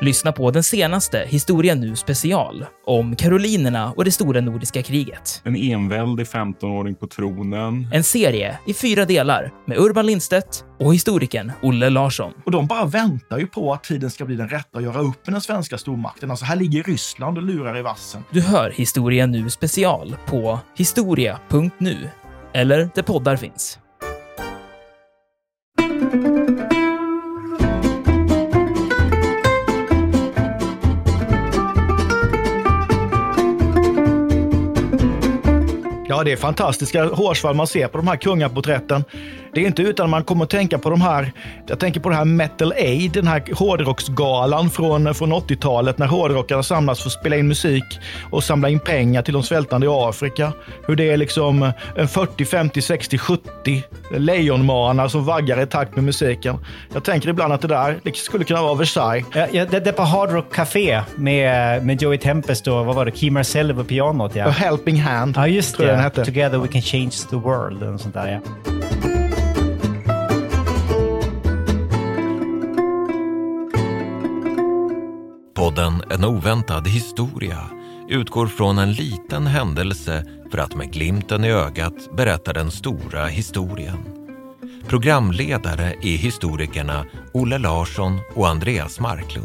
Lyssna på den senaste Historia Nu special om Karolinerna och det stora nordiska kriget. En enväldig 15-åring på tronen. En serie i 4 delar med Urban Lindstedt och historikern Olle Larsson. Och de bara väntar ju på att tiden ska bli den rätta att göra upp med den svenska stormakten. Alltså här ligger Ryssland och lurar i vassen. Du hör Historia Nu special på historia.nu eller där poddar finns. Ja, det är fantastiska hårsvall man ser på de här kungaporträtten. Det är inte utan man kommer att tänka på de här, jag tänker på det här Metal Aid, den här hårdrocksgalan från 80-talet när hårdrockare samlas för att spela in musik och samla in pengar till de svältande i Afrika. Hur det är liksom en 40, 50, 60, 70 lejonmanar som vaggar i takt med musiken. Jag tänker ibland att det där skulle kunna vara Versailles. Ja, det är på Hard Rock Café med Joey Tempest och vad var det? Key Marcello på pianot, ja. A Helping Hand. Ja, just tror jag den det. hette. Together we can change the world och sånt där, ja. Podden En oväntad historia utgår från en liten händelse för att med glimten i ögat berätta den stora historien. Programledare är historikerna Olle Larsson och Andreas Marklund.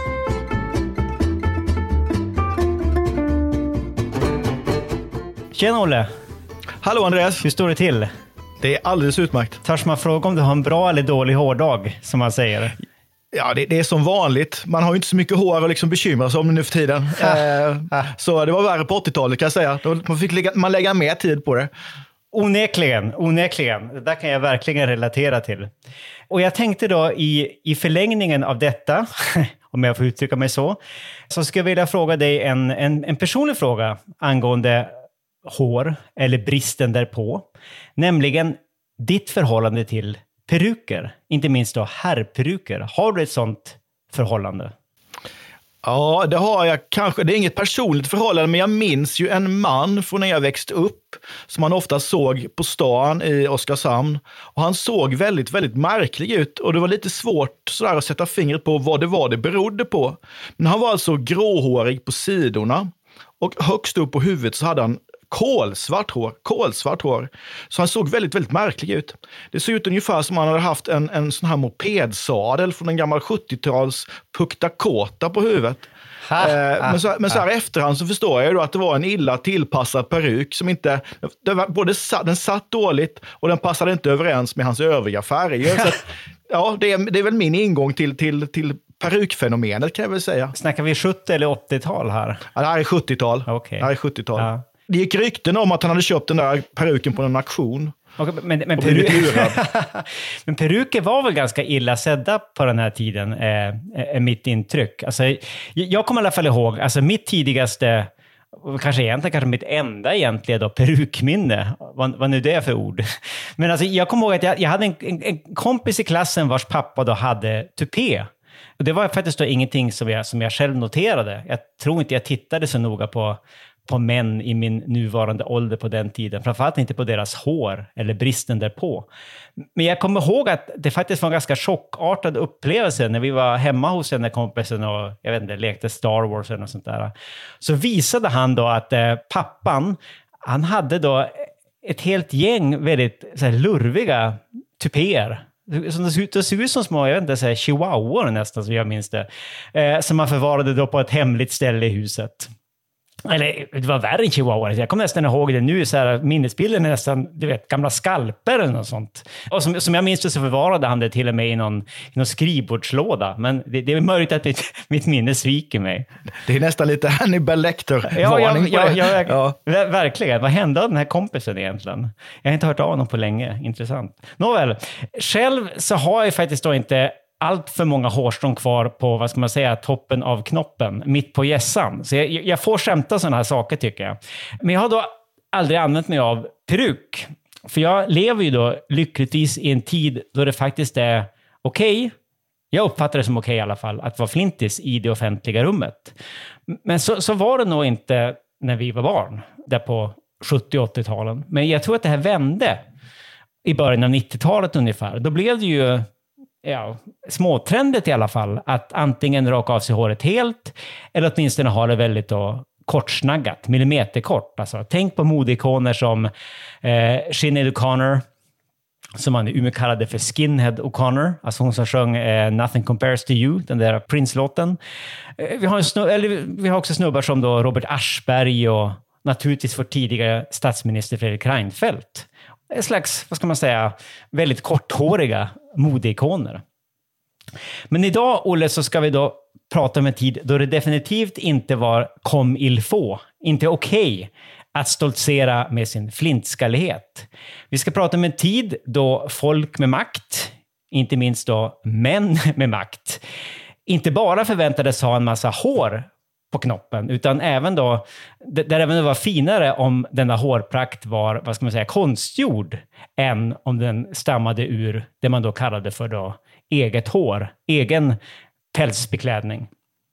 Tjena Olle! Hallå Andreas! Hur står det till? Det är alldeles utmärkt. Törs man fråga om du har en bra eller dålig hårdag, som man säger? Ja, det är som vanligt. Man har ju inte så mycket hår att liksom bekymra sig om nu för tiden. Så det var värre på 80-talet kan jag säga. Man fick lägga mer tid på det. Onekligen. Det där kan jag verkligen relatera till. Och jag tänkte då i förlängningen av detta, om jag får uttrycka mig så skulle jag vilja fråga dig en personlig fråga angående hår, eller bristen därpå. Nämligen ditt förhållande till peruker, inte minst då herrperuker. Har du ett sånt förhållande? Ja, det har jag kanske. Det är inget personligt förhållande, men jag minns ju en man från när jag växte upp som man ofta såg på stan i Oskarshamn. Och han såg väldigt, väldigt märklig ut och det var lite svårt sådär att sätta fingret på vad det berodde på. Men han var alltså gråhårig på sidorna och högst upp på huvudet så hade han kolsvart hår. Så han såg väldigt, väldigt märklig ut. Det såg ut ungefär som han hade haft en sån här mopedsadel från en gammal 70-tals Puch Dakota på huvudet. Men så här efterhand så förstår jag ju då att det var en illa tillpassad peruk som inte, den satt dåligt och den passade inte överens med hans övriga färger. Så att, ja, det är väl min ingång till perukfenomenet kan jag väl säga. Snackar vi 70 eller 80-tal här? Ja, det här är 70-tal. Okay. Det här är 70-tal. Ja. Det gick rykten om att han hade köpt den där peruken på en auktion. Okay, men men peruker var väl ganska illa sedda på den här tiden, är mitt intryck. Alltså, jag kommer i alla fall ihåg, alltså mitt tidigaste, kanske mitt enda egentligen då, perukminne. Vad nu det är för ord. Men alltså, jag kommer ihåg att jag hade en kompis i klassen vars pappa då hade tupé. Och det var faktiskt då ingenting som jag själv noterade. Jag tror inte jag tittade så noga på män i min nuvarande ålder på den tiden. Framförallt inte på deras hår eller bristen därpå. Men jag kommer ihåg att det faktiskt var en ganska chockartad upplevelse när vi var hemma hos den där kompisen och jag vet inte, lekte Star Wars eller något sånt där. Så visade han då att pappan, han hade då ett helt gäng väldigt så här, lurviga tupéer. Det såg ut som små, jag vet inte, så här, chihuahuor nästan som jag minns det. Som man förvarade då på ett hemligt ställe i huset. Eller det var värre än chihuahua. Jag kommer nästan ihåg det nu. Så här, minnesbilden är nästan, du vet, gamla skalper eller något sånt. Och som jag minns det så förvarade han det till och med i någon skrivbordslåda. Men det är möjligt att mitt minne sviker mig. Det är nästan lite Hannibal Lecter. Ja, verkligen. Vad hände av den här kompisen egentligen? Jag har inte hört av honom på länge. Intressant. Nåväl, själv så har jag faktiskt då inte allt för många hårstrån kvar på, vad ska man säga, toppen av knoppen, mitt på gässan. Så jag får skämta sådana här saker tycker jag. Men jag har då aldrig använt mig av peruk. För jag lever ju då lyckligtvis i en tid då det faktiskt är okej. Jag uppfattar det som okej i alla fall, att vara flintis i det offentliga rummet. Men så var det nog inte när vi var barn, där på 70-80-talen. Men jag tror att det här vände i början av 90-talet ungefär. Då blev det ju småtrendigt i alla fall, att antingen raka av sig håret helt eller åtminstone ha det väldigt då kortsnaggat, millimeterkort. Alltså, tänk på modeikoner som Sinéad O'Connor, som man i Umeå kallade för Skinhead O'Connor, alltså hon som sjöng Nothing Compares to You, den där Prince-låten. Vi har också snubbar som då Robert Aschberg och naturligtvis vår tidigare statsminister Fredrik Reinfeldt. En slags, vad ska man säga, väldigt korthåriga modeikoner. Men idag, Olle, så ska vi då prata om en tid då det definitivt inte var comme il faut, inte okej att stoltsera med sin flintskallighet. Vi ska prata om en tid då folk med makt, inte minst då män med makt, inte bara förväntades ha en massa hår på knoppen, utan även då, där även det var finare om denna hårprakt var, vad ska man säga, konstgjord, än om den stammade ur det man då kallade för då eget hår, egen pälsbeklädning.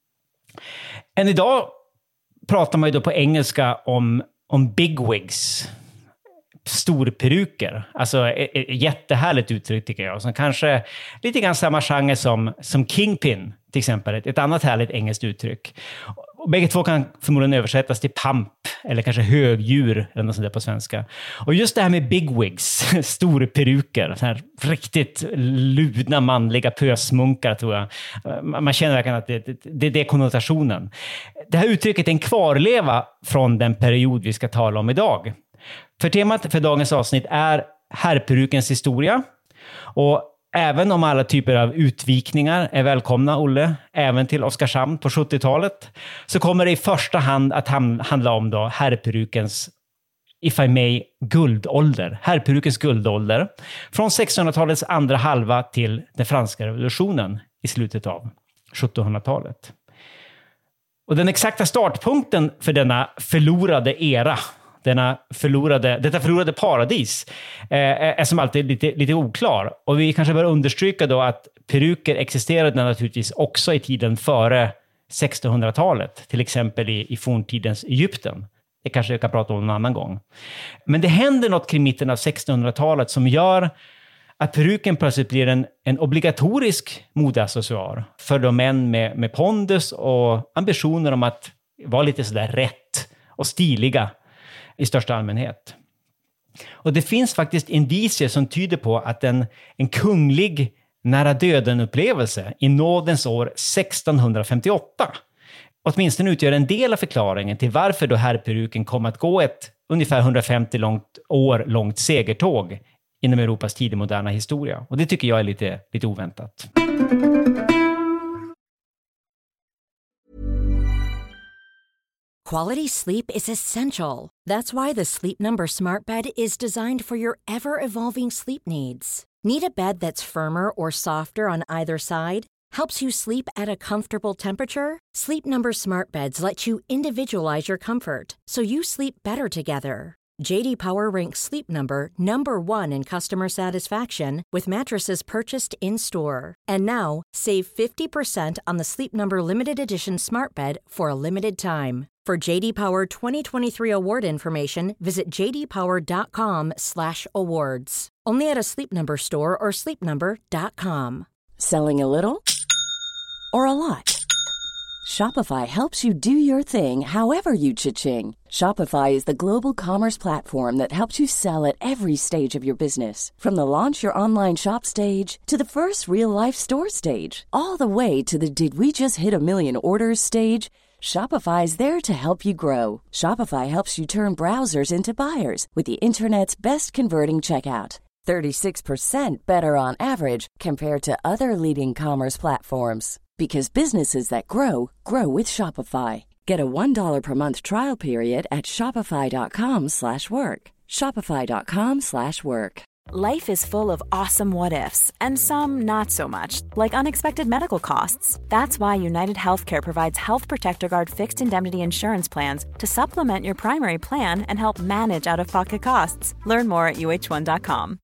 Än idag pratar man ju då på engelska om bigwigs, storperuker. Alltså ett jättehärligt uttryck tycker jag. Som kanske lite grann samma genre som Kingpin till exempel. Ett annat härligt engelskt uttryck. Och bägge två kan förmodligen översättas till pamp eller kanske högdjur eller något sånt där på svenska. Och just det här med bigwigs, storperuker, så här riktigt ludna manliga pösmunkar tror jag. Man känner verkligen att det är konnotationen. Det här uttrycket är en kvarleva från den period vi ska tala om idag. För temat för dagens avsnitt är herrperukens historia. Och även om alla typer av utvikningar är välkomna, Olle, även till Oskarshamn på 70-talet, så kommer det i första hand att handla om då herrperukens, if I may, guldålder. Herrperukens guldålder. Från 1600-talets andra halva till den franska revolutionen i slutet av 1700-talet. Och den exakta startpunkten för denna förlorade era, detta förlorade paradis, är som alltid lite oklar. Och vi kanske bör understryka då att peruker existerade naturligtvis också i tiden före 1600-talet. Till exempel i forntidens Egypten. Det kanske jag kan prata om en annan gång. Men det händer något kring mitten av 1600-talet som gör att peruken plötsligt blir en obligatorisk modeaccessoar för de män med pondus och ambitioner om att vara lite sådär rätt och stiliga i största allmänhet. Och det finns faktiskt indicier som tyder på att en kunglig nära döden-upplevelse i nådens år 1658 åtminstone utgör en del av förklaringen till varför då herrperuken kom att gå ett ungefär 150 år långt segertåg inom Europas tidig moderna historia. Och det tycker jag är lite oväntat. Quality sleep is essential. That's why the Sleep Number Smart Bed is designed for your ever-evolving sleep needs. Need a bed that's firmer or softer on either side? Helps you sleep at a comfortable temperature? Sleep Number Smart Beds let you individualize your comfort, so you sleep better together. J.D. Power ranks Sleep Number #1 in customer satisfaction with mattresses purchased in-store. And now, save 50% on the Sleep Number Limited Edition Smart Bed for a limited time. For J.D. Power 2023 award information, visit jdpower.com/awards. Only at a Sleep Number store or sleepnumber.com. Selling a little or a lot? Shopify helps you do your thing however you cha-ching. Shopify is the global commerce platform that helps you sell at every stage of your business. From the launch your online shop stage to the first real-life store stage, all the way to the did we just hit a million orders stage. Shopify is there to help you grow. Shopify helps you turn browsers into buyers with the internet's best converting checkout. 36% better on average compared to other leading commerce platforms. Because businesses that grow, grow with Shopify. Get a $1 per month trial period at shopify.com/work. Shopify.com/work. Life is full of awesome what-ifs, and some not so much, like unexpected medical costs. That's why United Healthcare provides Health Protector Guard fixed indemnity insurance plans to supplement your primary plan and help manage out-of-pocket costs. Learn more at uh1.com.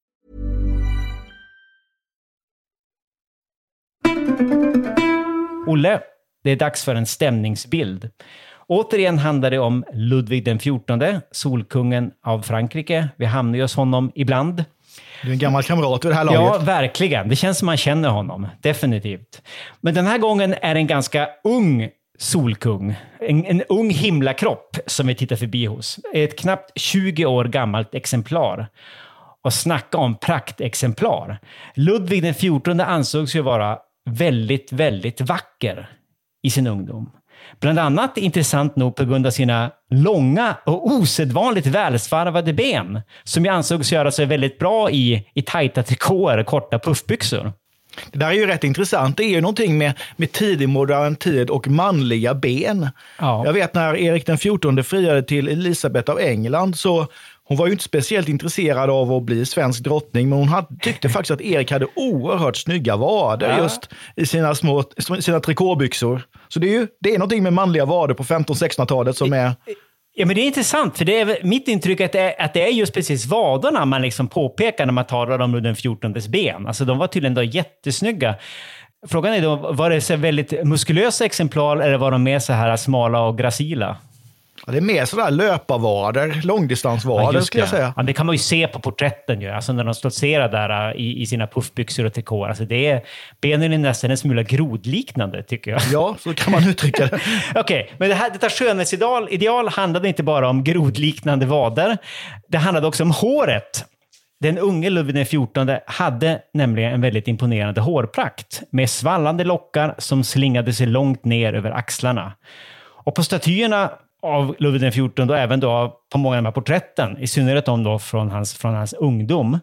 Olle, det är dags för en stämningsbild. Återigen handlar det om Ludvig den 14, solkungen av Frankrike. Vi hamnar ju hos honom ibland. Du är en gammal kamrat i det här laget. Ja, verkligen. Det känns som man känner honom. Definitivt. Men den här gången är det en ganska ung solkung. En ung himlakropp som vi tittar förbi hos. Ett knappt 20 år gammalt exemplar. Och snacka om praktexemplar. Ludvig den 14 ansågs ju vara väldigt, väldigt vacker i sin ungdom. Bland annat intressant nog på grund av sina långa och osedvanligt välsvarvade ben, som ju ansågs göra sig väldigt bra i tajta trikåer och korta puffbyxor. Det där är ju rätt intressant. Det är ju någonting med tidig modern tid och manliga ben. Ja. Jag vet när Erik den 14 friade till Elisabeth av England, så hon var ju inte speciellt intresserad av att bli svensk drottning, men hon tyckte faktiskt att Erik hade oerhört snygga vader just i sina trikåbyxor. Så det är någonting med manliga vader på 1500-1600-talet som är... Ja, men det är intressant, för det är mitt intryck att det är just precis vaderna man liksom påpekar när man talar om den 14:s ben. Alltså de var tydligen då jättesnygga. Frågan är då, var det så väldigt muskulösa exemplar eller var de mer så här smala och gracila? Ja, det är mer sådär löparvader, långdistansvader skulle jag säga. Ja, det kan man ju se på porträtten ju. Alltså när de stoltserar där i sina puffbyxor och trikåer. Alltså benen är nästan en smula grodliknande, tycker jag. Ja, så kan man uttrycka det. Okej, men detta skönhetsideal handlade inte bara om grodliknande vader. Det handlade också om håret. Den unge Ludvig den 14 hade nämligen en väldigt imponerande hårprakt med svallande lockar som slingade sig långt ner över axlarna. Och på statyerna av Ludvig den 14 och även då på många av de här porträtten, i synnerhet då från hans ungdom.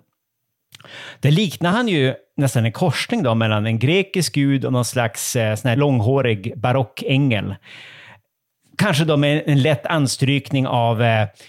Det liknar han ju nästan en korsning då mellan en grekisk gud och någon slags sån här långhårig barockängel. Kanske då med en lätt anstrykning av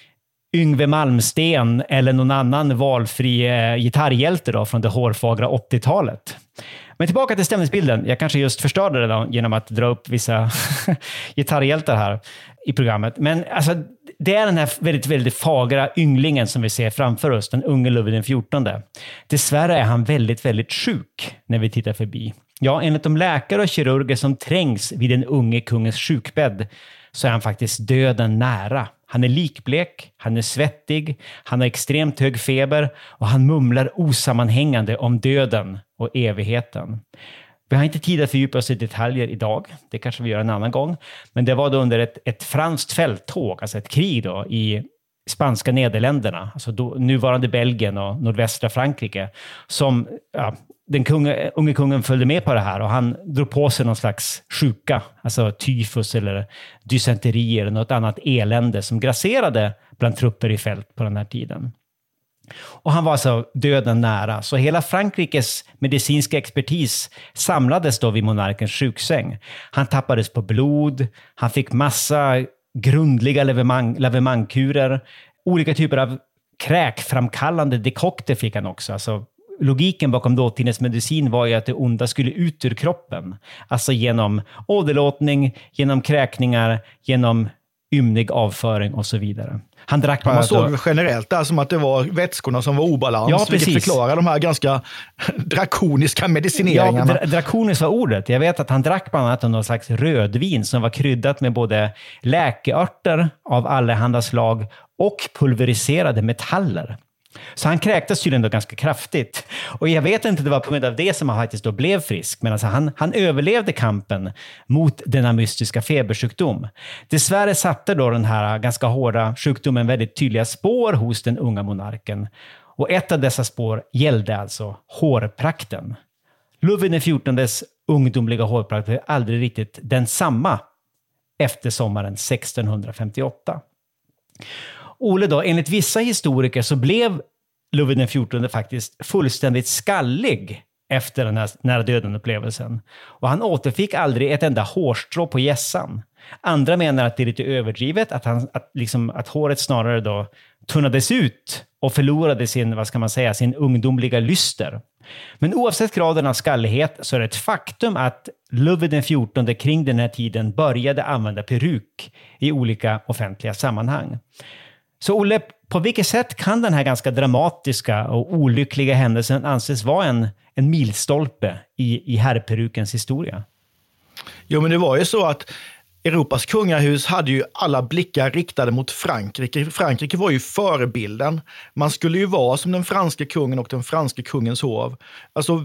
Yngve Malmsten eller någon annan valfri gitarrhjälte då från det hårfagra 80-talet. Men tillbaka till stämningsbilden. Jag kanske just förstörde det då genom att dra upp vissa gitarrhjältar här i programmet. Men alltså, det är den här väldigt, väldigt fagra ynglingen som vi ser framför oss, den unge Ludvig den 14. Dessvärre är han väldigt, väldigt sjuk när vi tittar förbi. Ja, enligt de läkare och kirurger som trängs vid den unge kungens sjukbädd så är han faktiskt döden nära. Han är likblek, han är svettig, han har extremt hög feber och han mumlar osammanhängande om döden och evigheten. Vi har inte tid att fördjupa oss i detaljer idag, det kanske vi gör en annan gång. Men det var då under ett franskt fälttåg, alltså ett krig då, i spanska Nederländerna, alltså då, nuvarande Belgien och nordvästra Frankrike, som den unge kungen följde med på det här och han drog på sig någon slags sjuka, alltså tyfus eller dysenteri eller något annat elände som grasserade bland trupper i fält på den här tiden. Och han var alltså döden nära, så hela Frankrikes medicinska expertis samlades då vid monarkens sjuksäng. Han tappades på blod, han fick massa grundliga lavemangkurer, olika typer av kräkframkallande dekokter fick han också. Alltså logiken bakom dåtidens medicin var ju att det onda skulle ut ur kroppen. Alltså genom åderlåtning, genom kräkningar, genom ymnig avföring och så vidare. Han drack man såg generellt där som att det var vätskorna som var obalans, vilket förklarar de här ganska drakoniska medicineringarna. Ja, drakonisk var ordet. Jag vet att han drack bland annat någon slags rödvin som var kryddat med både läkeörter av allehanda slag och pulveriserade metaller. Så han kräktes tydligen då ganska kraftigt. Och jag vet inte, det var på grund av det som han faktiskt då blev frisk. Men alltså han överlevde kampen mot denna mystiska febersjukdom. Dessvärre satte då den här ganska hårda sjukdomen väldigt tydliga spår hos den unga monarken. Och ett av dessa spår gällde alltså hårprakten. Ludvig den 14:s ungdomliga hårprakt blev aldrig riktigt densamma efter sommaren 1658. Ole då, enligt vissa historiker så blev Ludvig den 14 faktiskt fullständigt skallig efter den här nära döden-upplevelsen. Och han återfick aldrig ett enda hårstrå på hjässan. Andra menar att det är lite överdrivet, att håret snarare då tunnades ut och förlorade sin ungdomliga lyster. Men oavsett graden av skallighet så är det ett faktum att Ludvig den 14 kring den här tiden började använda peruk i olika offentliga sammanhang. Så Olle, på vilket sätt kan den här ganska dramatiska och olyckliga händelsen anses vara en milstolpe i herrperukens historia? Jo, men det var ju så att Europas kungahus hade ju alla blickar riktade mot Frankrike. Frankrike var ju förebilden. Man skulle ju vara som den franska kungen och den franska kungens hov. Alltså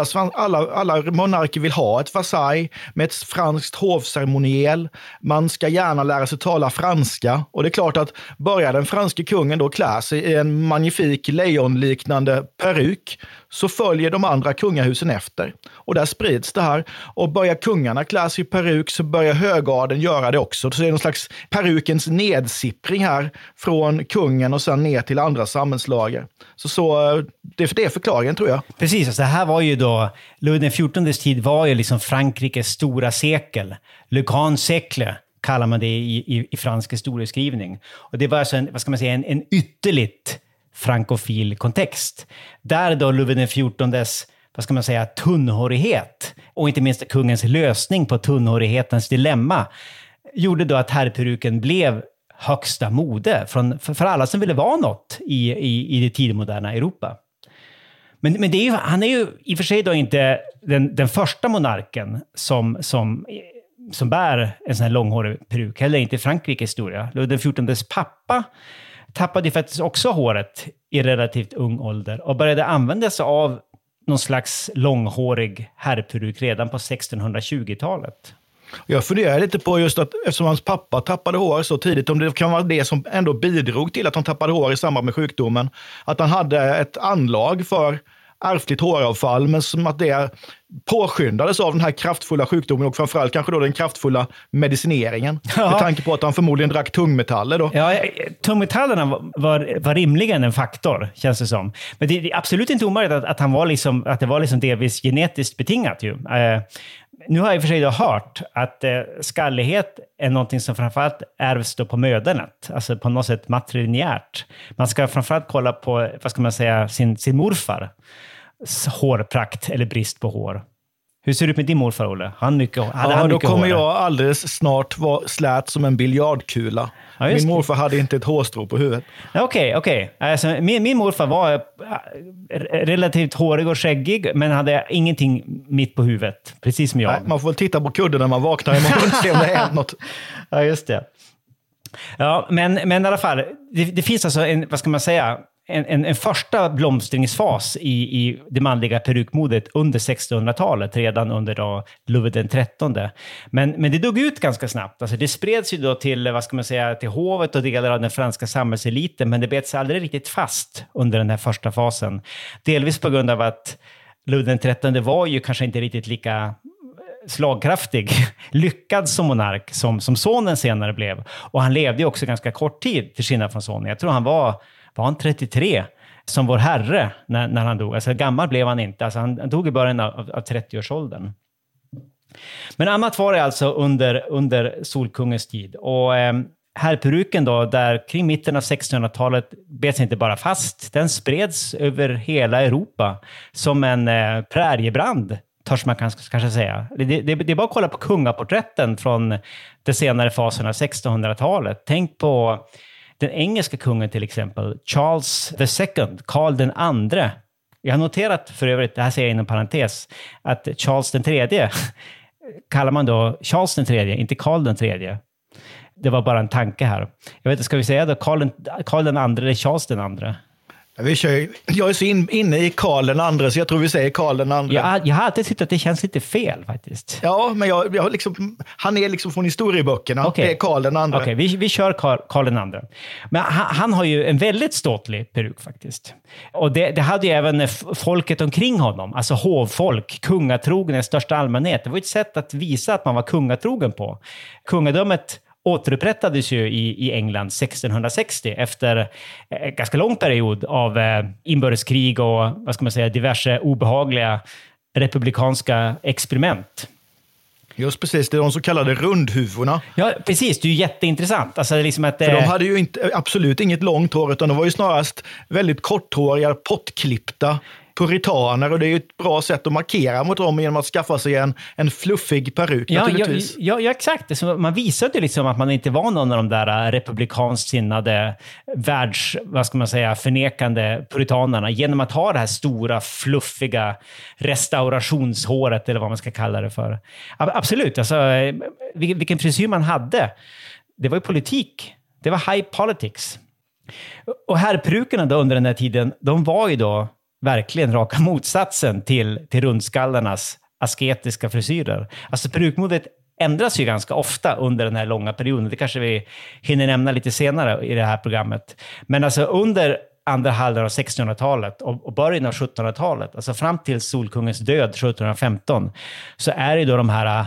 alla monarker vill ha ett Versailles med ett franskt hovceremoniel. Man ska gärna lära sig tala franska. Och det är klart att börjar den franska kungen då klä sig i en magnifik lejonliknande peruk, så följer de andra kungahusen efter. Och där sprids det här. Och börjar kungarna klä sig i peruk, så börjar högarden göra det också. Så det är någon slags perukens nedsippring här från kungen och sen ner till andra samhällslager. Så det är förklaringen, tror jag. Precis, alltså det här var ju då, Louis XIVs tid var ju liksom Frankrikes stora sekel. Le Grand Siècle kallar man det i fransk historieskrivning. Och det var alltså en ytterligt frankofil kontext. Där då Louis XIVs, tunnhårighet och inte minst kungens lösning på tunnhårighetens dilemma gjorde då att herrperuken blev högsta mode för alla som ville vara något i det tidigmoderna Europa. Men det är ju, han är ju i och för sig då inte den första monarken som bär en sån här långhårig peruk, heller inte i Frankrikes historia. Louis XIVs pappa tappade faktiskt också håret i relativt ung ålder och började använda sig av någon slags långhårig herrperuk redan på 1620-talet. Jag funderar lite på just att eftersom hans pappa tappade hår så tidigt, om det kan vara det som ändå bidrog till att han tappade hår i samband med sjukdomen. Att han hade ett anlag för ärftligt håravfall, men som att det påskyndades av den här kraftfulla sjukdomen och framförallt kanske då den kraftfulla medicineringen. Ja. Med tanke på att han förmodligen drack tungmetaller då. Ja, tungmetallerna var rimligen en faktor, känns det som. Men det är absolut inte omöjligt att det var liksom delvis genetiskt betingat ju. Nu har jag i och för sig då hört att skallighet är någonting som framförallt ärvs då på mödernet. Alltså på något sätt matrilineärt. Man ska framförallt kolla på, sin morfar. Hårprakt eller brist på hår. Hur ser det ut med din morfar, Olle? Han mycket då kommer jag alldeles snart vara slät som en biljardkula. Ja, min morfar hade inte ett hårstrå på huvudet. Okej. Alltså, min morfar var relativt hårig och skäggig, men hade ingenting mitt på huvudet. Precis som jag. Nej, man får väl titta på kudden när man vaknar imorgon och se om det är något. Ja, just det. Ja, men i alla fall, det finns alltså en första blomstringsfas i det manliga perukmodet under 1600-talet, redan under då Louis XIII. Men det dog ut ganska snabbt. Alltså det spreds ju då till, till hovet och delar av den franska samhällseliten, men det bet sig aldrig riktigt fast under den här första fasen. Delvis på grund av att Louis XIII var ju kanske inte riktigt lika slagkraftig, lyckad som monark som sonen senare blev. Och han levde ju också ganska kort tid till skillnad från sonen. Jag tror han var han 33 som vår herre när han dog. Alltså gammal blev han inte. Alltså han dog i början av 30-årsåldern. Men annat var det alltså under Solkungens tid. Och herrperuken då, där kring mitten av 1600-talet bet sig inte bara fast. Den spreds över hela Europa som en präriebrand, törs man kanske säga. Det är bara att kolla på kungaporträtten från de senare faserna av 1600-talet. Tänk på den engelska kungen till exempel, Charles II, Karl den andre. Jag har noterat för övrigt, det här säger jag inom parentes, att Charles den tredje kallar man då Charles den tredje, inte Karl den tredje. Det var bara en tanke här. Jag vet inte, ska vi säga då Karl den andre eller Charles den andre? Jag är så inne i Karl den andre, så jag tror vi säger Karl den andre. Jag har alltid tyckt att det känns lite fel faktiskt. Ja, men jag liksom, han är liksom från historieböckerna. Okay. Det är Karl den andre. Okej, vi kör Karl den andre. Men han har ju en väldigt ståtlig peruk faktiskt. Och det hade ju även folket omkring honom. Alltså hovfolk, kungatrogna i största allmänhet. Det var ett sätt att visa att man var kungatrogen på. Kungadömet återupprättades ju i England 1660 efter en ganska lång period av inbördeskrig och diverse obehagliga republikanska experiment. Just precis, det är de så kallade rundhuvorna. Ja, precis. Det är ju jätteintressant. Alltså, liksom att, för de hade ju absolut inget långt hår, utan de var ju snarast väldigt korthåriga, pottklippta puritaner och det är ju ett bra sätt att markera mot dem genom att skaffa sig en fluffig peruk naturligtvis. Ja, exakt. Så man visade liksom att man inte var någon av de där republikanskt sinnade förnekande puritanerna genom att ha det här stora, fluffiga restaurationshåret eller vad man ska kalla det för. Absolut, alltså vilken frisyr man hade, det var ju politik. Det var high politics. Och herrperukerna då under den här tiden, de var ju då verkligen raka motsatsen till rundskallarnas asketiska frisyrer. Alltså perukmodet ändras ju ganska ofta under den här långa perioden. Det kanske vi hinner nämna lite senare i det här programmet. Men alltså under andra halvan av 1600-talet och början av 1700-talet, alltså fram till Solkungens död 1715, så är det då de här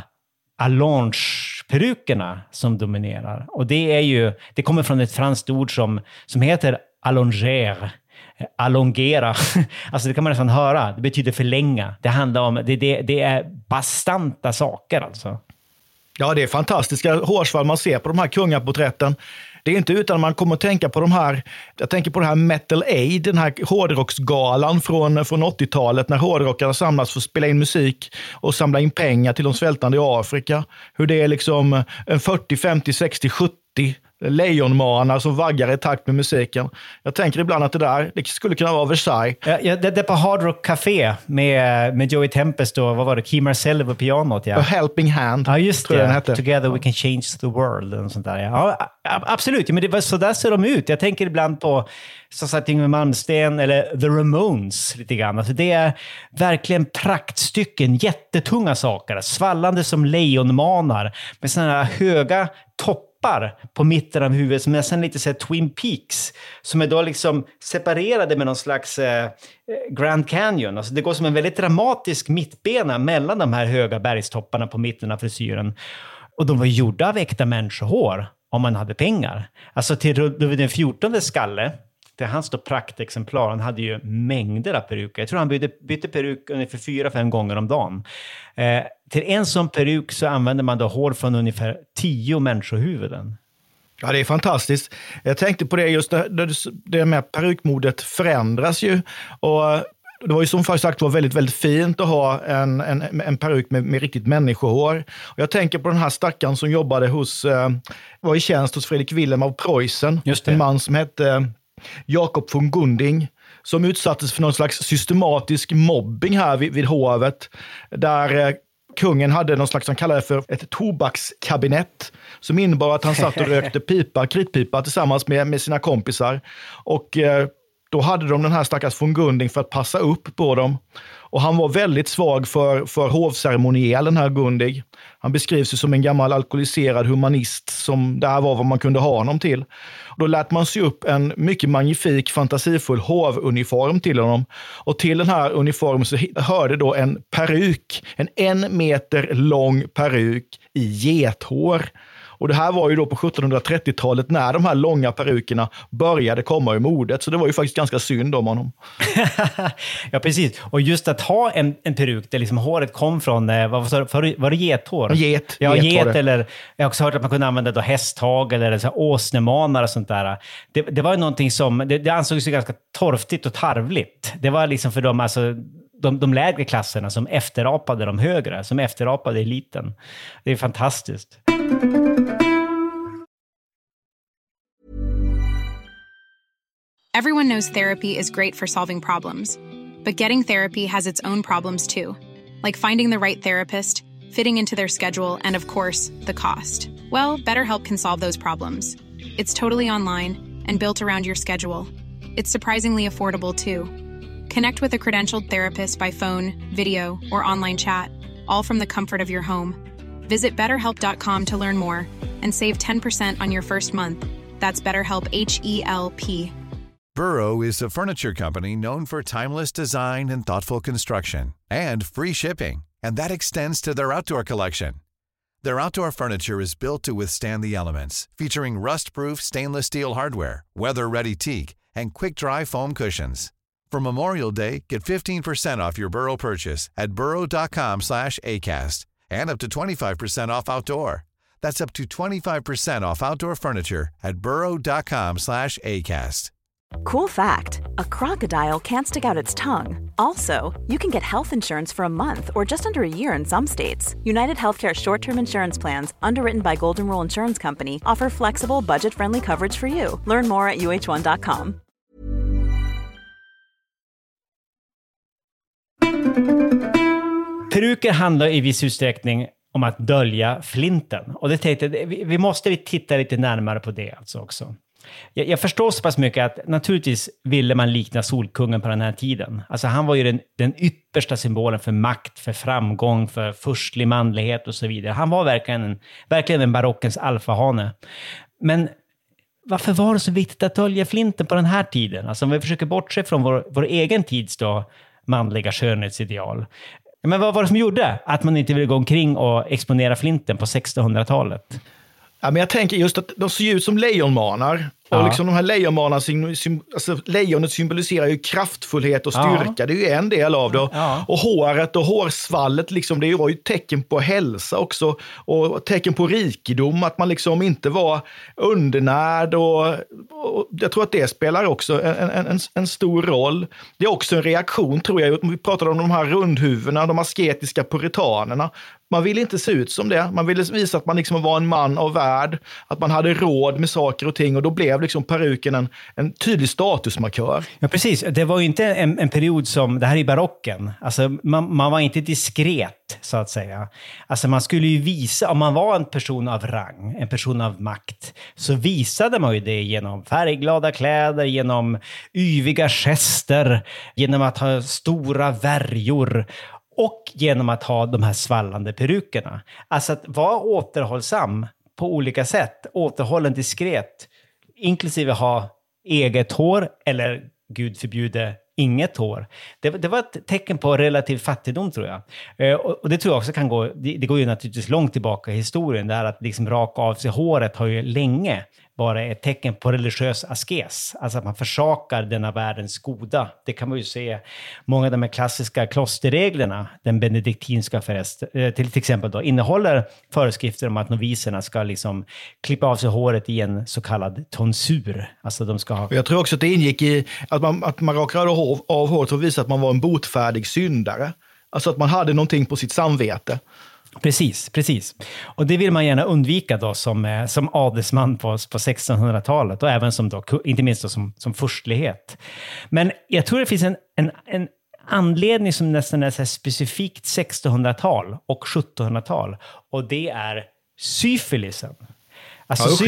allonge-perukerna som dominerar. Och det kommer från ett franskt ord som heter allonger. Allongera. Alltså det kan man nästan höra. Det betyder förlänga. Det handlar om, det är bastanta saker alltså. Ja, det är fantastiska hårsvall man ser på de här kungaporträtten. Det är inte utan man kommer att tänka på de här, jag tänker på det här Metal Aid, den här hårdrocksgalan från 80-talet när hårdrockarna samlas för att spela in musik och samla in pengar till de svältande i Afrika. Hur det är liksom en 40, 50, 60, 70 lejonmanar som vaggar i takt med musiken. Jag tänker ibland att det skulle kunna vara Versailles. Ja, det är på Hard Rock Café med Joey Tempest och vad var det? Key Marcello på pianot. Ja. A Helping Hand. Ja, just det. Together we can change the world. Och sånt där. Ja, absolut. Men det var så där ser de ut. Jag tänker ibland på som sagt Yngwie Malmsteen eller The Ramones lite grann. Alltså det är verkligen praktstycken, jättetunga saker. Svallande som lejonmanar med sådana här höga toppar på mitten av huvudet som nästan lite så här Twin Peaks som är då liksom separerade med någon slags Grand Canyon. Alltså det går som en väldigt dramatisk mittbena mellan de här höga bergstopparna på mitten av frisyren. Och de var gjorda av äkta människohår om man hade pengar. Alltså till den 14:e skalle, det är hans då praktexemplar. Han hade ju mängder av peruker. Jag tror han bytte peruk ungefär 4-5 gånger om dagen. Till en sån peruk så använder man då hår från ungefär 10 människohuvuden. Ja, det är fantastiskt. Jag tänkte på det just det med perukmodet förändras ju. Och det var ju som sagt var väldigt, väldigt fint att ha en peruk med riktigt människohår. Och jag tänker på den här stackaren som jobbade var i tjänst hos Fredrik Wilhelm av Preussen. En man som hette Jakob von Gunding, som utsattes för någon slags systematisk mobbing här vid hovet, där kungen hade någon slags, han kallade det för ett tobakskabinett, som innebar att han satt och rökte kritpipa tillsammans med sina kompisar. Och då hade de den här stackars von Gunding för att passa upp på dem. Och han var väldigt svag för hovceremoniel, den här Gundig. Han beskrivs ju som en gammal alkoholiserad humanist, som det här var vad man kunde ha honom till. Och då lät man sy upp en mycket magnifik, fantasifull hovuniform till honom. Och till den här uniformen så hörde då en peruk, en 1 meter lång peruk i gethår. Och det här var ju då på 1730-talet när de här långa perukerna började komma i modet. Så det var ju faktiskt ganska synd om honom. Ja, precis. Och just att ha en peruk där liksom håret kom från, var det gethår? Get eller jag har också hört att man kunde använda då hästhagel eller så här åsnemanar och sånt där. Det var ju någonting som, det ansågs ju ganska torftigt och tarvligt. Det var liksom för dem, alltså de lägre klasserna som efterapade de högre, som efterapade eliten. Det är fantastiskt. Everyone knows therapy is great for solving problems, but getting therapy has its own problems too, like finding the right therapist, fitting into their schedule, and of course, the cost. Well, BetterHelp can solve those problems. It's totally online and built around your schedule. It's surprisingly affordable too. Connect with a credentialed therapist by phone, video, or online chat, all from the comfort of your home. Visit BetterHelp.com to learn more and save 10% on your first month. That's BetterHelp, H-E-L-P. Burrow is a furniture company known for timeless design and thoughtful construction, and free shipping, and that extends to their outdoor collection. Their outdoor furniture is built to withstand the elements, featuring rust-proof stainless steel hardware, weather-ready teak, and quick-dry foam cushions. For Memorial Day, get 15% off your Burrow purchase at burrow.com/acast, and up to 25% off outdoor. That's up to 25% off outdoor furniture at burrow.com/acast. Cool fact, a crocodile can't stick out its tongue. Also, you can get health insurance for a month or just under a year in some states. United Healthcare short-term insurance plans, underwritten by Golden Rule Insurance Company, offer flexible, budget-friendly coverage for you. Learn more at uh1.com. Peruker handlar i viss utsträckning om att dölja flinten. Och det tänkte vi måste titta lite närmare på det alltså också. Jag förstår så pass mycket att naturligtvis ville man likna Solkungen på den här tiden. Alltså han var ju den yppersta symbolen för makt, för framgång, för förstlig manlighet och så vidare. Han var verkligen en barockens alfahane. Men varför var det så viktigt att dölja flinten på den här tiden? Alltså om vi försöker bortse från vår egen tids då manliga skönhetsideal. Men vad var det som gjorde att man inte ville gå omkring och exponera flinten på 1600-talet? Ja, men jag tänker just att de ser ut som lejonmanar. Och liksom de här lejonmanar, alltså lejonet symboliserar ju kraftfullhet och styrka. Ja. Det är ju en del av det. Ja. Och håret och hårsvallet, liksom, det var ju tecken på hälsa också. Och tecken på rikedom, att man liksom inte var undernärd. Och jag tror att det spelar också en stor roll. Det är också en reaktion, tror jag. Vi pratade om de här rundhuvudena, de asketiska puritanerna. Man ville inte se ut som det. Man ville visa att man liksom var en man av värld. Att man hade råd med saker och ting. Och då blev liksom peruken en tydlig statusmarkör. Ja, precis. Det var ju inte en period som... Det här är barocken. Alltså, man var inte diskret, så att säga. Alltså, man skulle ju visa... Om man var en person av rang, en person av makt, så visade man ju det genom färgglada kläder, genom yviga gester, genom att ha stora värjor och genom att ha de här svallande perukerna. Alltså att vara återhållsam på olika sätt, återhållen diskret, inklusive ha eget hår eller, Gud förbjude, inget hår. Det var ett tecken på relativ fattigdom, tror jag. Och det tror jag också kan gå, det går ju naturligtvis långt tillbaka i historien, där att liksom raka av sig håret har ju länge varit ett tecken på religiös askes. Alltså att man försakar denna världens goda. Det kan man ju se många av de här klassiska klosterreglerna, den benediktinska till exempel då, innehåller föreskrifter om att noviserna ska liksom klippa av sig håret i en så kallad tonsur. Alltså de ska ha... Jag tror också att det ingick i att man rakade av håret för att visa att man var en botfärdig syndare. Alltså att man hade någonting på sitt samvete. Precis. Och det vill man gärna undvika då som adelsman på 1600-talet, och även som då, inte minst då som furstlighet. Men jag tror det finns en anledning som nästan är så här specifikt 1600-tal och 1700-tal, och det är syfilisen. Alltså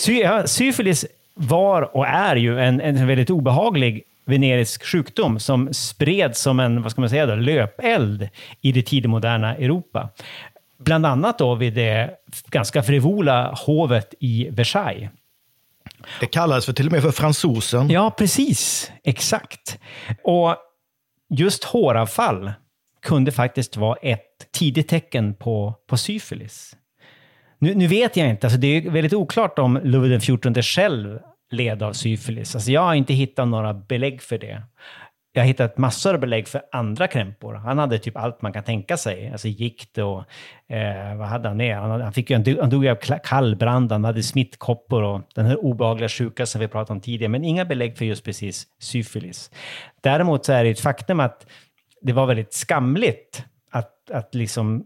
syfilis var och är ju en väldigt obehaglig venerisk sjukdom som spreds som en, vad ska man säga då, löpeld i det tidigmoderna Europa. Bland annat då vid det ganska frivola hovet i Versailles. Det kallades till och med för fransosen. Ja, precis. Exakt. Och just håravfall kunde faktiskt vara ett tidigt tecken på syfilis. Nu vet jag inte, alltså det är väldigt oklart om Ludvig XIV själv led av syfilis. Alltså jag har inte hittat några belägg för det. Jag har hittat massor av belägg för andra krämpor. Han hade typ allt man kan tänka sig. Alltså gikt och vad hade han med? Han dog av kallbrand, han hade smittkoppor och den här obehagliga sjuka som vi pratade om tidigare. Men inga belägg för just precis syfilis. Däremot så är det ett faktum att det var väldigt skamligt att liksom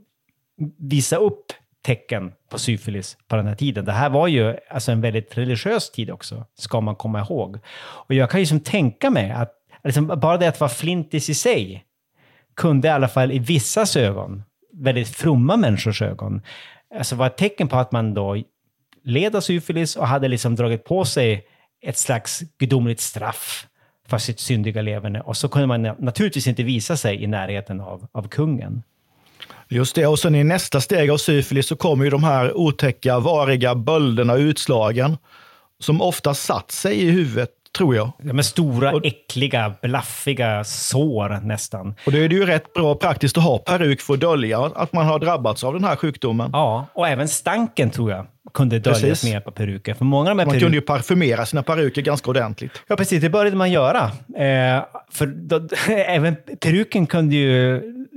visa upp tecken på syfilis på den här tiden. Det här var ju alltså en väldigt religiös tid också, ska man komma ihåg. Och jag kan ju som tänka mig att liksom bara det att vara flintis i sig kunde i alla fall i vissas ögon, väldigt fromma människors ögon, alltså vara ett tecken på att man då led av syfilis och hade liksom dragit på sig ett slags gudomligt straff för sitt syndiga leverne. Och så kunde man naturligtvis inte visa sig i närheten av kungen. Just det, och sen i nästa steg av syfilis så kommer ju de här otäcka, variga bölderna och utslagen som ofta satt sig i huvudet, tror jag. Ja, med stora, äckliga, blaffiga sår nästan. Och det är ju rätt bra praktiskt att ha peruk för att dölja att man har drabbats av den här sjukdomen. Ja, och även stanken tror jag kunde döljas mer på peruker. För många av de här man kunde ju parfymera sina peruker ganska ordentligt. Ja, precis. Det började man göra. För även peruken kunde ju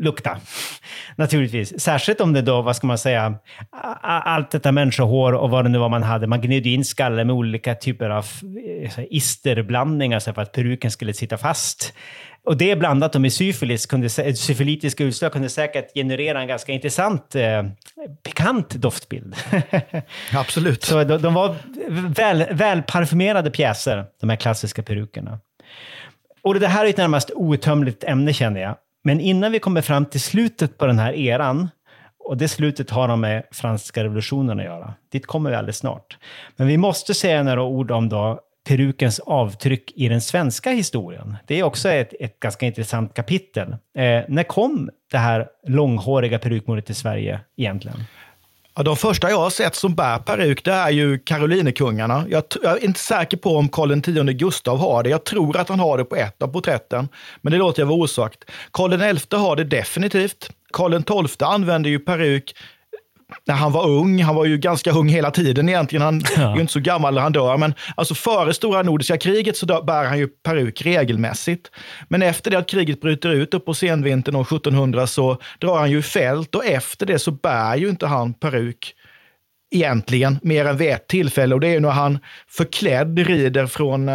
lukta. Naturligtvis. Särskilt om det då, vad ska man säga, allt detta människohår och vad det nu var man hade. Man gnydde in skallen med olika typer av isterblandningar så för att peruken skulle sitta fast. Och det blandat med syfilis syfilitiska utslag kunde säkert generera en ganska intressant, pikant doftbild. Absolut. Så de var välparfumerade pjäser, de här klassiska perukerna. Och det här är ett närmast outtömligt ämne, känner jag. Men innan vi kommer fram till slutet på den här eran, och det slutet har de med franska revolutionen att göra. Dit kommer vi alldeles snart. Men vi måste säga några ord om då perukens avtryck i den svenska historien. Det är också ett ganska intressant kapitel. När kom det här långhåriga perukmodet till Sverige egentligen? Ja, de första jag har sett som bär peruk, det är ju Karolinekungarna. Jag är inte säker på om Karl X Gustav har det. Jag tror att han har det på ett av porträtten. Men det låter jag vara osagt. Karl XI har det definitivt. Karl XII använde ju peruk när han var ung. Han var ju ganska ung hela tiden egentligen. Han är ju inte så gammal när han dör. Men alltså före stora nordiska kriget så bär han ju peruk regelmässigt. Men efter det att kriget bryter ut upp på senvintern år 1700 så drar han ju i fält. Och efter det så bär ju inte han peruk egentligen mer än vid ett tillfälle. Och det är när han förklädd rider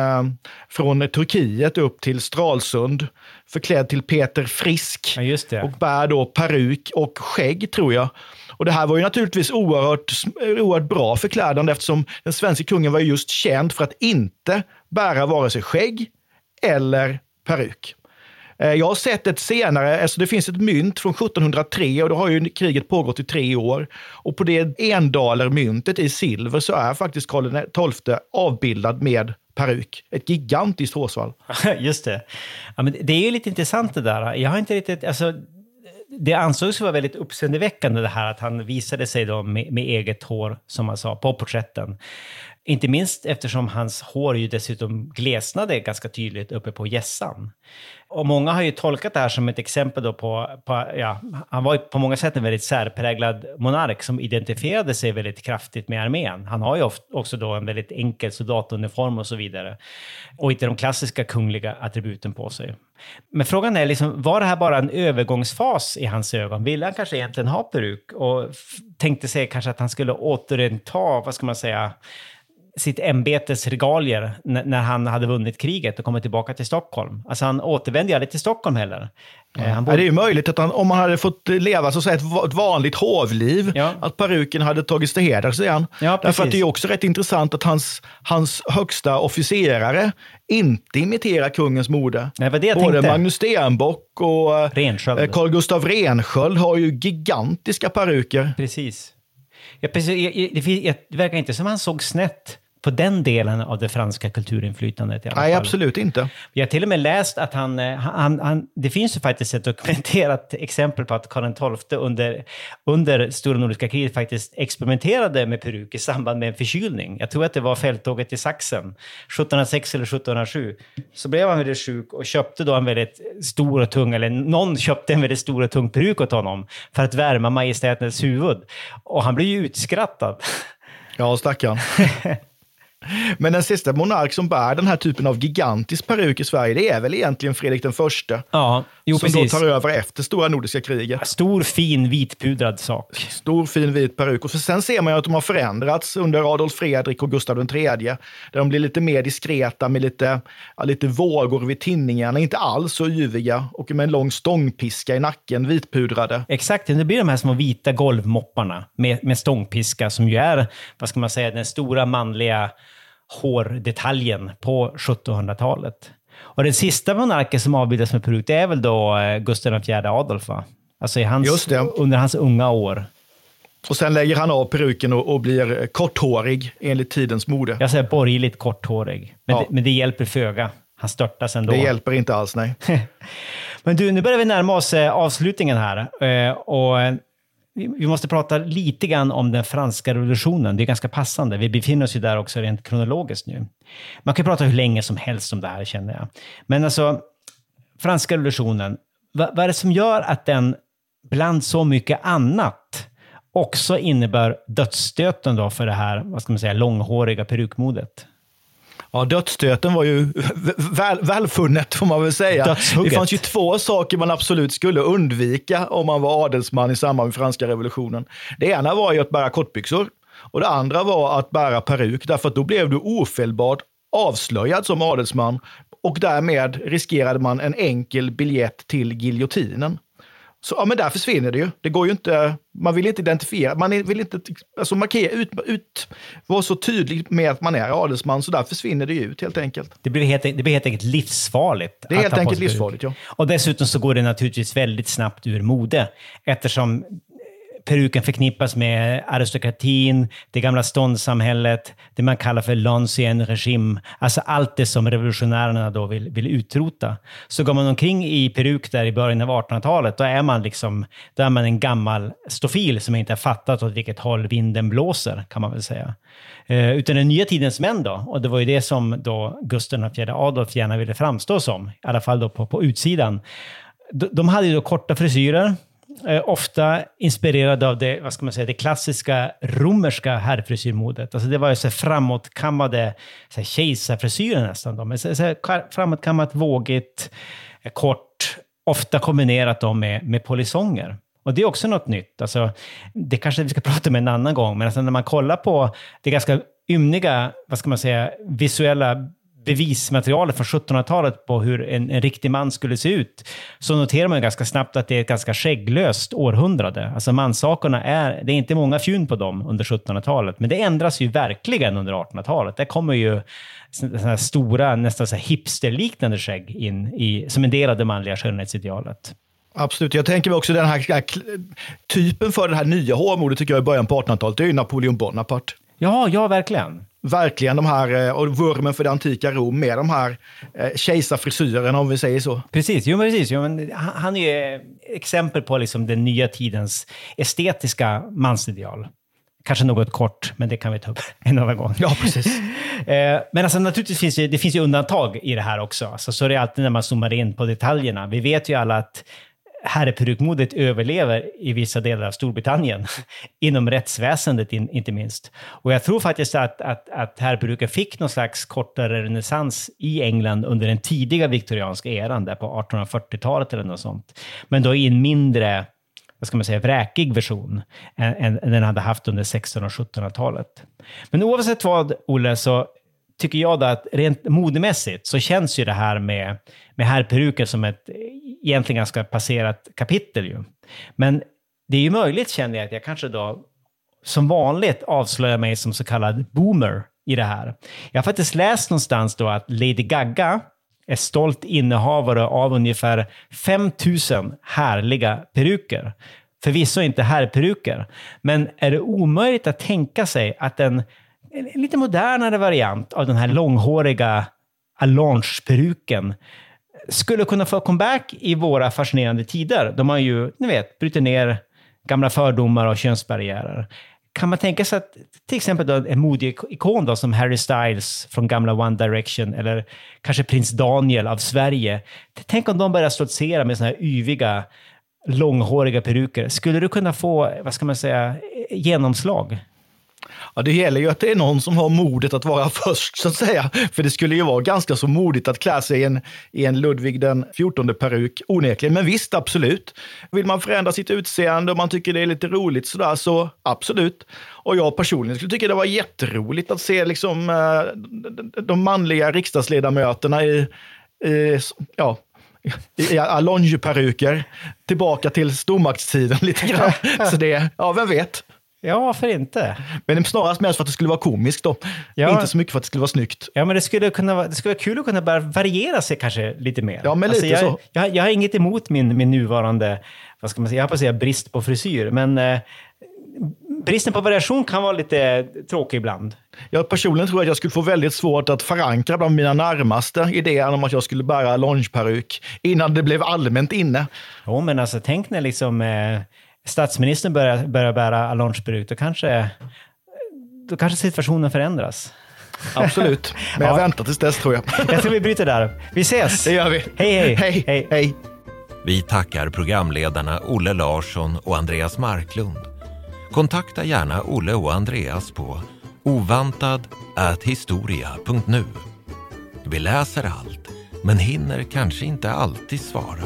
från Turkiet upp till Stralsund. Förklädd till Peter Frisk. Ja, just det. Och bär då peruk och skägg, tror jag. Och det här var ju naturligtvis oerhört bra förklädande eftersom den svenska kungen var just känd för att inte bära vare sig skägg eller peruk. Jag har sett ett senare, alltså det finns ett mynt från 1703 och då har ju kriget pågått i 3 år. Och på det $1 i silver så är faktiskt Karl XII avbildad med peruk. Ett gigantiskt hårsvall. Just det. Ja, men det är ju lite intressant det där. Jag har inte riktigt, alltså det ansågs vara väldigt uppseendeväckande det här att han visade sig då med eget hår, som man sa, på porträtten. Inte minst eftersom hans hår ju dessutom glesnade ganska tydligt uppe på hjässan. Och många har ju tolkat det här som ett exempel då på han var ju på många sätt en väldigt särpräglad monark som identifierade sig väldigt kraftigt med armén. Han har ju också då en väldigt enkel soldatuniform och så vidare. Och inte de klassiska kungliga attributen på sig. Men frågan är liksom, var det här bara en övergångsfas i hans ögon? Ville han kanske egentligen ha peruk? Och tänkte sig kanske att han skulle återinta, vad ska man säga, sitt ämbetes regalier när han hade vunnit kriget och kommit tillbaka till Stockholm. Alltså han återvände ju aldrig till Stockholm heller. Det är ju möjligt att om han hade fått leva så att säga ett vanligt hovliv, att peruken hade tagits till heders igen. Ja, därför att det är också rätt intressant att hans högsta officerare inte imiterar kungens mode. Nej, vad det jag både tänkte. Magnus Stenbock och Carl Gustav Rensköld har ju gigantiska peruker. Precis. Ja, precis. Det verkar inte som han såg snett på den delen av det franska kulturinflytandet i alla fall. Nej, absolut inte. Vi har till och med läst att det finns ju faktiskt ett dokumenterat exempel på att Karl XII under Stora Nordiska kriget faktiskt experimenterade med peruk i samband med en förkylning. Jag tror att det var fälttåget i Sachsen 1706 eller 1707. Så blev han väldigt sjuk och köpte då en väldigt stor och tung, eller någon köpte en väldigt stor och tung peruk åt honom för att värma majestätens huvud. Och han blev ju utskrattad. Ja, stackarn. Men den sista monark som bär den här typen av gigantisk peruk i Sverige, det är väl egentligen Fredrik den förste. Ja, som precis. Då tar över efter Stora Nordiska kriget. Stor, fin, vitpudrad sak. Stor, fin, vit peruk. Och sen ser man ju att de har förändrats under Adolf Fredrik och Gustav III. Där de blir lite mer diskreta med lite vågor vid tinningarna. Inte alls så yviga. Och med en lång stångpiska i nacken, vitpudrade. Exakt, det blir de här små vita golvmopparna med stångpiska som ju är, vad ska man säga, den stora manliga hårdetaljen på 1700-talet. Och den sista monarken som avbildas med peruk, det är väl då Gustav IV Adolf, va? Alltså under hans unga år. Och sen lägger han av peruken och blir korthårig enligt tidens mode. Jag säger borgerligt korthårig. Men det hjälper föga. Han störtas ändå. Det hjälper inte alls, nej. Men du, nu börjar vi närma oss avslutningen här. Och vi måste prata lite grann om den franska revolutionen. Det är ganska passande. Vi befinner oss ju där också rent kronologiskt nu. Man kan prata hur länge som helst om det här, känner jag. Men alltså, franska revolutionen. Vad är det som gör att den bland så mycket annat också innebär dödsstöten då för det här, vad ska man säga, långhåriga perukmodet? Ja, dödsstöten var ju välfunnet får man väl säga. Dödshugget. Det fanns ju 2 saker man absolut skulle undvika om man var adelsman i samband med franska revolutionen. Det ena var ju att bära kortbyxor och det andra var att bära peruk, därför att då blev du ofelbart avslöjad som adelsman och därmed riskerade man en enkel biljett till giljotinen. Så ja, men där försvinner det ju. Det går ju inte, man vill inte identifiera, man vill inte alltså markera vara så tydlig med att man är adelsman, så där försvinner det ju ut helt enkelt. Det blir helt enkelt livsfarligt. Det är helt enkelt livsfarligt, ja. Och dessutom så går det naturligtvis väldigt snabbt ur mode, eftersom peruken förknippas med aristokratin, det gamla ståndssamhället, det man kallar för l'ancien régime, alltså allt det som revolutionärerna då vill utrota. Så går man omkring i peruk där i början av 1800-talet, då är man en gammal stofil som inte har fattat åt vilket håll vinden blåser, kan man väl säga. Utan den nya tidens män då, och det var ju det som då Gustav IV Adolf gärna ville framstå som, i alla fall då på utsidan. De hade ju då korta frisyrer, ofta inspirerade av det klassiska romerska herrfrisyrmodet. Alltså det var ju så framåtkammade kejsarfrisyrer nästan då, men så framåtkammat, vågigt, kort, ofta kombinerat då med polisonger. Och det är också något nytt. Alltså, det kanske vi ska prata om en annan gång, men alltså när man kollar på det ganska ymniga, visuella bevismaterialet från 1700-talet på hur en riktig man skulle se ut, så noterar man ganska snabbt att det är ett ganska skägglöst århundrade. Alltså mansakorna det är inte många fjun på dem under 1700-talet, men det ändras ju verkligen under 1800-talet. Där kommer ju sådana här stora, nästan så här hipsterliknande skägg in som en del av det manliga skönhetsidealet. Absolut, jag tänker mig också den här typen för det här nya hårmodet tycker jag i början på 1800-talet, det är ju Napoleon Bonaparte. Ja, verkligen. Verkligen de här, och vurmen för det antika Rom med de här kejsarfrisyrerna, om vi säger så. Precis. Men han är ju exempel på liksom den nya tidens estetiska mansideal. Kanske något kort, men det kan vi ta upp en annan gång. Ja, precis. Men alltså, naturligtvis finns ju undantag i det här också. Alltså, så är det alltid när man zoomar in på detaljerna. Vi vet ju alla att herrperukmodet överlever i vissa delar av Storbritannien, inom rättsväsendet inte minst. Och jag tror faktiskt att herrperuken fick någon slags kortare renässans i England under den tidiga viktorianska eran, där på 1840-talet eller något sånt. Men då i en mindre, vräkig version än den hade haft under 1600- och 1700-talet. Men oavsett vad, Olle, så tycker jag då att rent modemässigt så känns ju det här med herrperuken som ett egentligen ganska passerat kapitel ju. Men det är ju möjligt, känner jag, att jag kanske då som vanligt avslöjar mig som så kallad boomer i det här. Jag har faktiskt läst någonstans då att Lady Gaga är stolt innehavare av ungefär 5000 härliga peruker. Förvisso inte herrperuker, men är det omöjligt att tänka sig att en lite modernare variant av den här långhåriga allonge-peruken skulle kunna få comeback i våra fascinerande tider. De har ju, bryter ner gamla fördomar och könsbarriärer. Kan man tänka sig att till exempel då en modeikon då, som Harry Styles från gamla One Direction, eller kanske prins Daniel av Sverige, tänk om de börjar stoltsera med såna här yviga, långhåriga peruker. Skulle du kunna få, genomslag? Ja, det gäller ju att det är någon som har modet att vara först, så att säga. För det skulle ju vara ganska så modigt att klä sig i en Ludvig den 14 peruk, onekligen. Men visst, absolut. Vill man förändra sitt utseende och man tycker det är lite roligt sådär, så absolut. Och jag personligen skulle tycka det var jätteroligt att se liksom, de manliga riksdagsledamöterna i allonge-peruker tillbaka till stormaktstiden lite grann. Så det, vem vet? Ja, varför inte? Men snarast mest för att det skulle vara komiskt då. Ja. Inte så mycket för att det skulle vara snyggt. Ja, men det skulle vara kul att kunna bara variera sig kanske lite mer. Ja, men lite så. Jag har inget emot min nuvarande, jag har på att säga brist på frisyr, men bristen på variation kan vara lite tråkig ibland. Jag personligen tror att jag skulle få väldigt svårt att förankra bland mina närmaste idéer om att jag skulle bära longeperuk innan det blev allmänt inne. Ja, men alltså tänk när liksom statsministern börjar bära allongeperuk, då kanske situationen förändras. Absolut, men jag väntar tills dess, tror jag. Jag tror vi bryter där. Vi ses! Det gör vi. Hej. Vi tackar programledarna Olle Larsson och Andreas Marklund. Kontakta gärna Olle och Andreas på ovantad@historia.nu Vi läser allt, men hinner kanske inte alltid svara.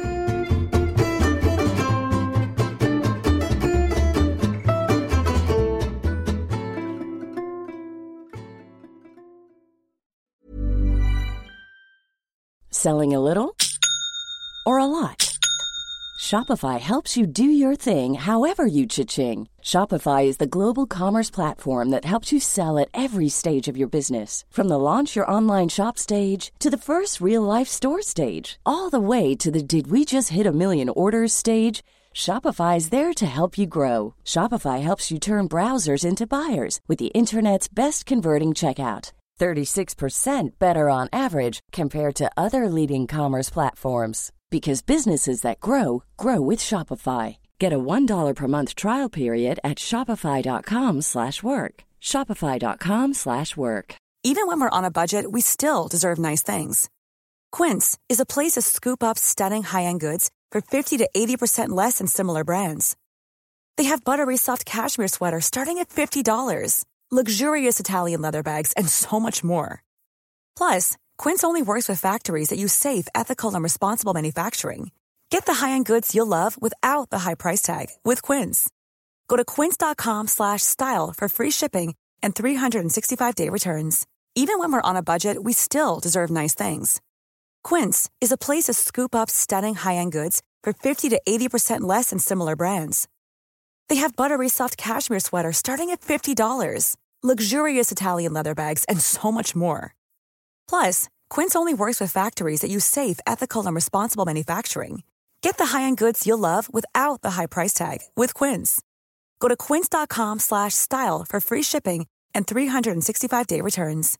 Selling a little or a lot? Shopify helps you do your thing however you cha-ching. Shopify is the global commerce platform that helps you sell at every stage of your business. From the launch your online shop stage to the first real-life store stage, all the way to the did we just hit a million orders stage. Shopify is there to help you grow. Shopify helps you turn browsers into buyers with the internet's best converting checkout. 36% better on average compared to other leading commerce platforms. Because businesses that grow, grow with Shopify. Get a $1 per month trial period at shopify.com/work. Shopify.com/work. Even when we're on a budget, we still deserve nice things. Quince is a place to scoop up stunning high-end goods for 50 to 80% less than similar brands. They have buttery soft cashmere sweaters starting at $50, luxurious Italian leather bags, and so much more. Plus, Quince only works with factories that use safe, ethical, and responsible manufacturing. Get the high-end goods you'll love without the high price tag with Quince. Go to quince.com/style for free shipping and 365-day returns. Even when we're on a budget, we still deserve nice things. Quince is a place to scoop up stunning high-end goods for 50 to 80% less than similar brands. They have buttery soft cashmere sweaters starting at $50, luxurious Italian leather bags, and so much more. Plus, Quince only works with factories that use safe, ethical, and responsible manufacturing. Get the high-end goods you'll love without the high price tag with Quince. Go to quince.com/style for free shipping and 365-day returns.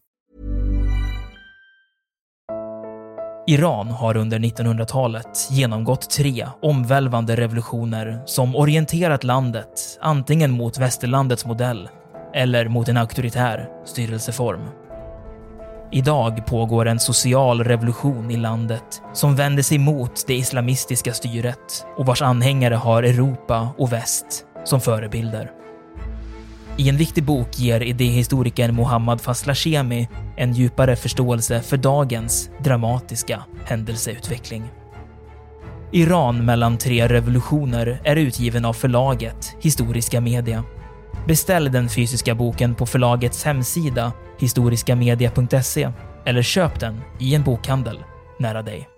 Iran har under 1900-talet genomgått 3 omvälvande revolutioner som orienterat landet antingen mot västerlandets modell eller mot en auktoritär styrelseform. Idag pågår en social revolution i landet som vänder sig mot det islamistiska styret och vars anhängare har Europa och väst som förebilder. I en viktig bok ger idéhistorikern Mohammad Faslashemi en djupare förståelse för dagens dramatiska händelseutveckling. Iran mellan 3 revolutioner är utgiven av förlaget Historiska Media. Beställ den fysiska boken på förlagets hemsida historiskamedia.se eller köp den i en bokhandel nära dig.